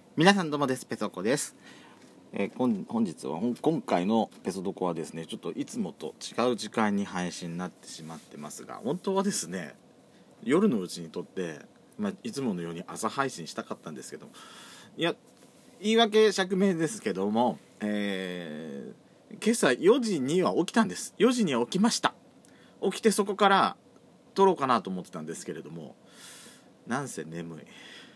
皆さんどうもです。ペソコです。本日は今回のペソドコはですね、ちょっといつもと違う時間に配信になってしまってますが、本当はですね、夜のうちに撮って、いつものように朝配信したかったんですけど、いや、言い訳釈明ですけども、今朝4時には起きたんです。4時には起きました。起きてそこから撮ろうかなと思ってたんですけれども、なんせ眠い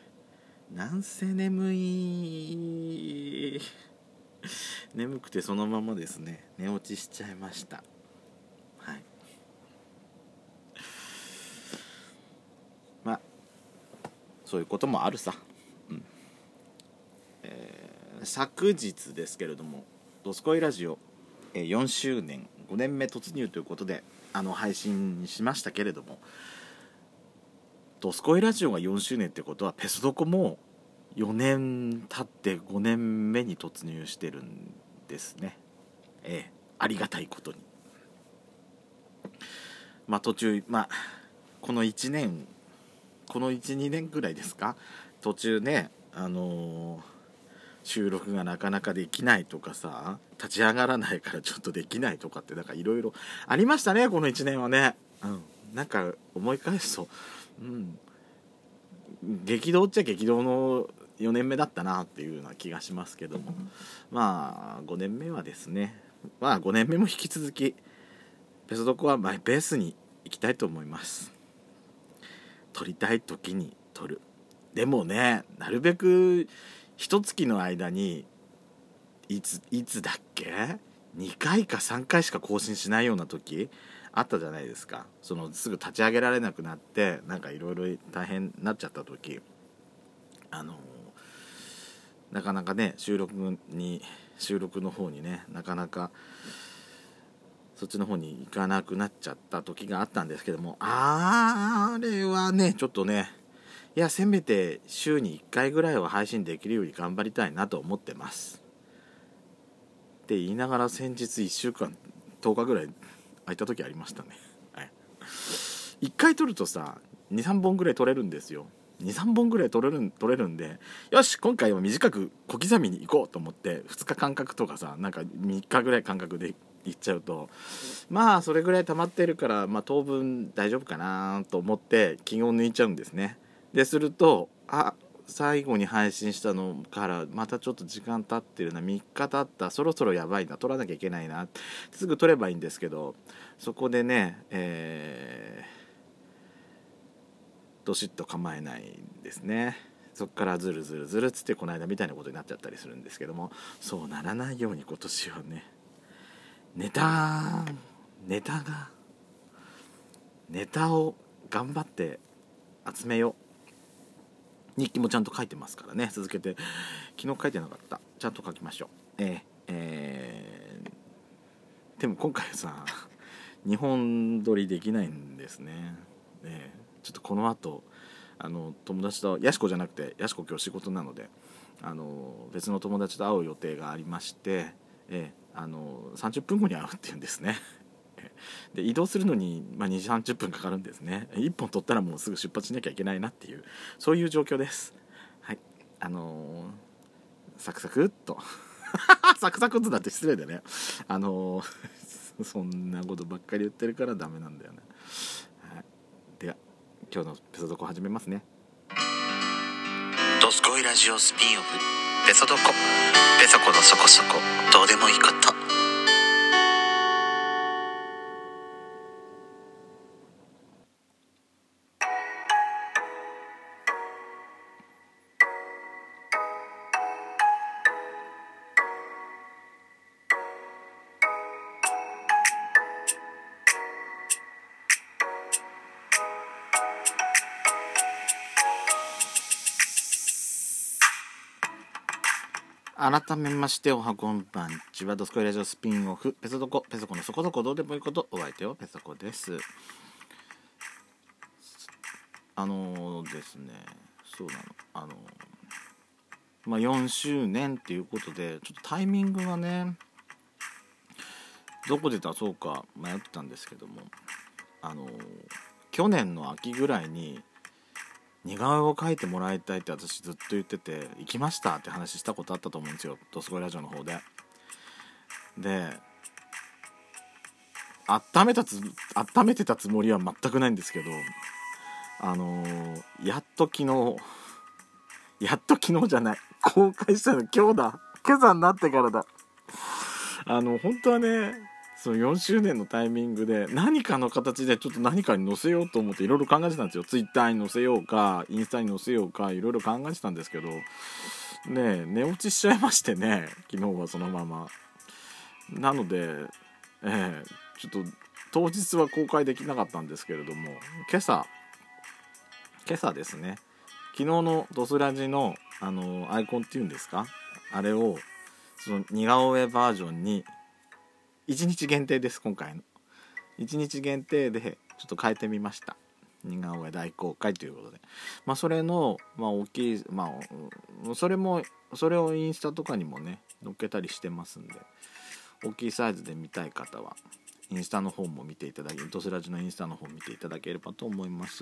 眠くてそのままですね、寝落ちしちゃいました。はい。そういうこともあるさ。昨日ですけれども、ドスコイラジオ4周年5年目突入ということで配信しましたけれども、ドスコイラジオが4周年ってことはペソドコも4年経って5年目に突入してるんですね。ありがたいことに。途中この1年この 1,2 年くらいですか、途中ね収録がなかなかできないとかさ、立ち上がらないからちょっとできないとかってなんかいろいろありましたね、この1年はね。なんか思い返すと、激動っちゃ激動の4年目だったなっていうような気がしますけども、5年目はですね、5年目も引き続きペソドコはマイペースに行きたいと思います。撮りたい時に撮る。でもね、なるべく一月の間にいつだっけ、2回か3回しか更新しないような時あったじゃないですか。すぐ立ち上げられなくなってなんかいろいろ大変になっちゃった時、なかなかね収録の方にね、なかなかそっちの方に行かなくなっちゃった時があったんですけども、あれはねちょっとね、せめて週に1回ぐらいは配信できるように頑張りたいなと思ってますって言いながら、先日1週間10日ぐらい空いた時ありましたね。1回撮るとさ 2,3 本ぐらい撮れるんですよ。2,3 本ぐらい撮れるんで、よし今回は短く小刻みに行こうと思って2日間隔とかさ、なんか3日ぐらい間隔で行っちゃうと、それぐらい溜まってるから、当分大丈夫かなと思って気を抜いちゃうんですね。ですると最後に配信したのからまたちょっと時間経ってるな、3日経った、そろそろやばいな、撮らなきゃいけないな、すぐ撮ればいいんですけど、そこでねどしっと構えないんですね。そっからずるっつってこの間みたいなことになっちゃったりするんですけども、そうならないように今年はね、ネタを頑張って集めよう。日記もちゃんと書いてますからね、続けて。昨日書いてなかった、ちゃんと書きましょう。でも今回さ2本撮りできないんですね。ちょっとこの後友達と、やしこじゃなくて、やしこ今日仕事なので別の友達と会う予定がありまして、30分後に会うっていうんですね。で移動するのに、20-30分かかるんですね。1本取ったらもうすぐ出発しなきゃいけないなっていう、そういう状況です。はい。サクサクっとサクサクっとだって失礼だね。そんなことばっかり言ってるからダメなんだよね。はい、では今日のペソドコ始めますね。 ドスコイラジオスピンオフ、ペソドコ、ペソコのそこそこどうでもいいこと。 改めましておはこんばんちは。ドスコイラジオスピンオフ、ペソドコ、ペソコのそこそこどうでもいいこと。お相手はペソコです。ですね、そうなの、4周年っていうことでちょっとタイミングがね、どこで出そうか迷ってたんですけども、去年の秋ぐらいに似顔絵を描いてもらいたいって私ずっと言ってて、行きましたって話したことあったと思うんですよ、ドスコイラジオの方で。で温めてたつもりは全くないんですけど、やっと昨日じゃない、公開したの今日だ、今朝になってからだ。本当はね、その4周年のタイミングで何かの形でちょっと何かに載せようと思っていろいろ考えてたんですよ。ツイッターに載せようかインスタに載せようかいろいろ考えてたんですけどね、寝落ちしちゃいましてね、昨日はそのままなので、ちょっと当日は公開できなかったんですけれども、今朝ですね、昨日のドスラジのアイコンっていうんですか、あれをその似顔絵バージョンに1日限定です。今回の1日限定でちょっと変えてみました。似顔絵大公開ということで、それの、大きい、それをインスタとかにもね載っけたりしてますんで、大きいサイズで見たい方はインスタの方も見ていただき、ドスラジのインスタの方見ていただければと思います。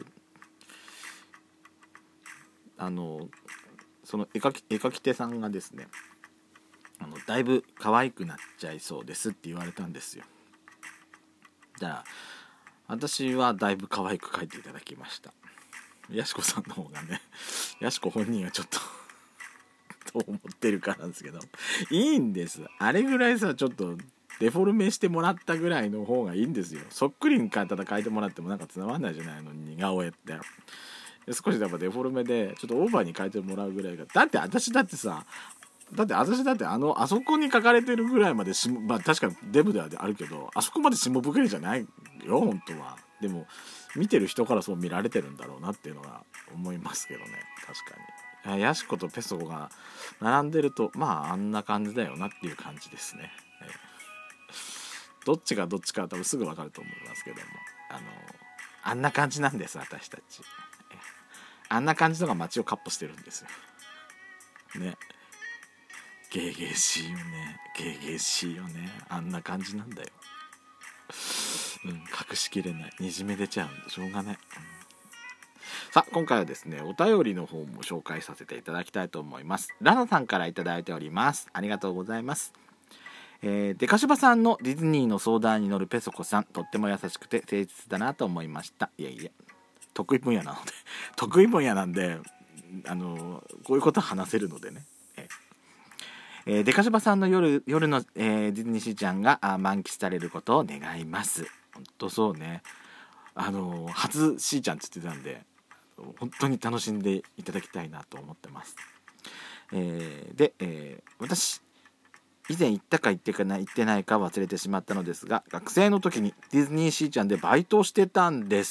その絵描き手さんがですね、だいぶ可愛くなっちゃいそうですって言われたんですよ。じゃあ私はだいぶ可愛く描いていただきました。やしこさんの方がね、やしこ本人はちょっとどう思ってるかなんですけど、いいんです。あれぐらいさ、ちょっとデフォルメしてもらったぐらいの方がいいんですよ。そっくりにただ描いてもらってもなんかつまんないじゃないの、似顔絵って。少しやっぱデフォルメでちょっとオーバーに描いてもらうぐらいが、だって私だってあそこに書かれてるぐらいまで確かにデブではあるけど、あそこまで下ぶくれじゃないよ本当は。でも見てる人からそう見られてるんだろうなっていうのが思いますけどね。確かにヤシコとペソコが並んでるとあんな感じだよなっていう感じですね。どっちがどっちかは多分すぐ分かると思いますけども、あんな感じなんです私たち。あんな感じのが街をカッポしてるんですよね。ゲーゲーしいよね、ゲーゲーしいよね、あんな感じなんだよ。隠しきれない、にじみ出ちゃうんでしょうがない。さあ今回はですね、お便りの方も紹介させていただきたいと思います。ラナさんからいただいております。ありがとうございます。デカシバさんのディズニーの相談に乗るペソコさん、とっても優しくて誠実だなと思いました。いや得意分野なんでこういうこと話せるのでね。デカシバさんの夜の、ディズニーシーちゃんが満喫されることを願います。本当そうね、初シーちゃんって言ってたんで本当に楽しんでいただきたいなと思ってます。私以前行ったか行ってないか忘れてしまったのですが、学生の時にディズニーシーちゃんでバイトをしてたんです。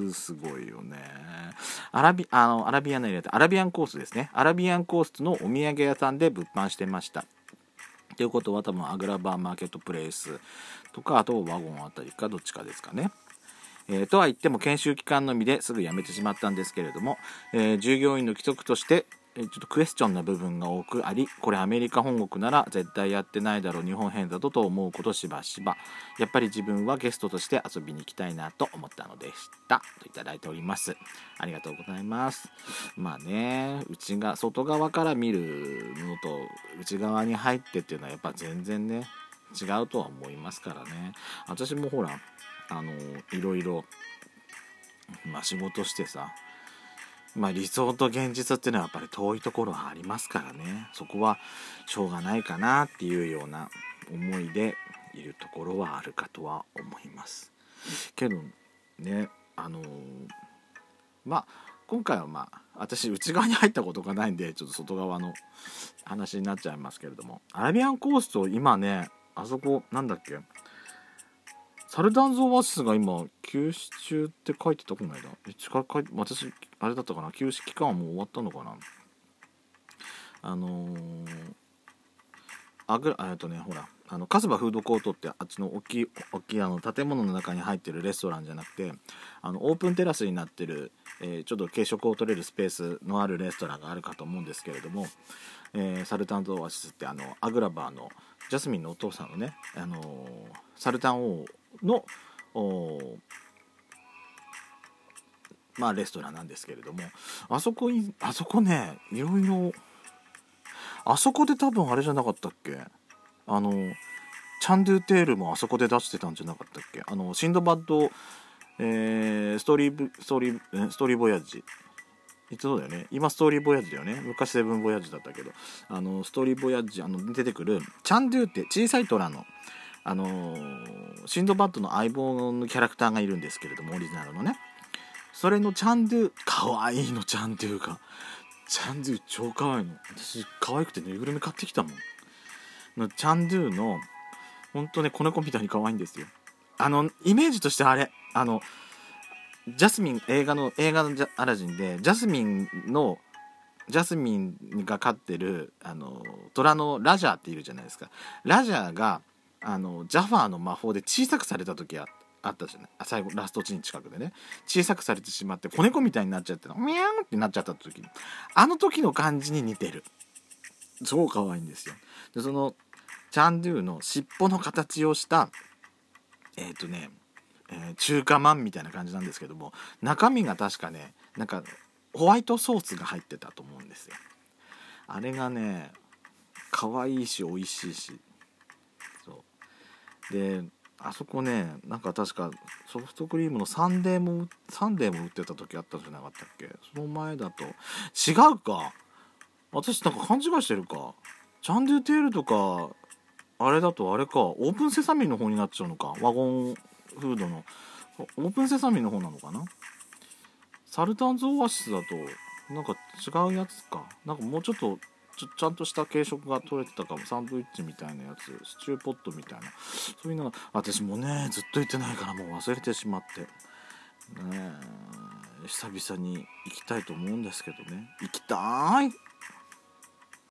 すごいよね。アラビアンコースですね。アラビアンコースのお土産屋さんで物販してました。ということは多分アグラバーマーケットプレイスとか、あとワゴンあたりかどっちかですかね。とは言っても研修期間のみですぐ辞めてしまったんですけれども、従業員の規則としてちょっとクエスチョンな部分が多くあり、これアメリカ本国なら絶対やってないだろう、日本編だと思うことしばしば、やっぱり自分はゲストとして遊びに行きたいなと思ったのでしたといただいております。ありがとうございます。外側から見るのと内側に入ってっていうのはやっぱ全然ね違うとは思いますからね。私もほらいろいろ仕事してさ、理想と現実っていうのはやっぱり遠いところはありますからね。そこはしょうがないかなっていうような思いでいるところはあるかとは思いますけどね。今回は私内側に入ったことがないんでちょっと外側の話になっちゃいますけれども、アラビアンコースト今ね、あそこなんだっけ、サルダンズ・オアシスが今休止中って書いてたこないだ。私あれだったかな、休止期間はもう終わったのかな。ほらカスバフードコートってあっちの大きい建物の中に入ってるレストランじゃなくてオープンテラスになってる、ちょっと軽食を取れるスペースのあるレストランがあるかと思うんですけれども、サルタンズ・オアシスってアグラバーのジャスミンのお父さんのね、サルタン王のまあレストランなんですけれども、あそこね、いろいろあそこで多分あれじゃなかったっけ、チャンドゥテールもあそこで出してたんじゃなかったっけ、シンドバッド、ストーリーボヤージ、いつそうだよね、今ストーリーボヤージだよね、昔セブンボヤージだったけど、ストーリーボヤージ出てくるチャンドゥって小さい虎のシンドバッドの相棒のキャラクターがいるんですけれども、オリジナルのね、それのチャンドゥ、かわいいの、チャンドゥが、チャンドゥ超かわいいの、私可愛くてぬいぐるみ買ってきたもんの。チャンドゥのほんとね、子猫みたいに可愛いんですよ。イメージとしてあれ、ジャスミン、映画のアラジンでジャスミンが飼ってる虎のラジャーっているじゃないですか。ラジャーがジャファーの魔法で小さくされた時あったじゃない、最後ラストシーン近くでね、小さくされてしまって子猫みたいになっちゃってミャーンってなっちゃった時、時の感じに似てる、超可愛いんですよ。でそのチャンドゥの尻尾の形をした中華まんみたいな感じなんですけども、中身が確かね、なんかホワイトソースが入ってたと思うんですよ。あれがね可愛いし美味しいし、そうで、あそこね、なんか確かソフトクリームのサンデーも売ってた時あったんじゃなかったっけ。その前だと違うか、私なんか勘違いしてるか。チャンドゥテールとかあれだとあれか、オープンセサミの方になっちゃうのか、ワゴンフードのオープンセサミの方なのかな。サルタンズオアシスだとなんか違うやつか、なんかもうちょっとちゃんとした軽食が取れてたかも、サンドイッチみたいなやつ、シチューポットみたいな、そういうのが私もねずっと行ってないからもう忘れてしまってね、久々に行きたいと思うんですけどね。行きたい。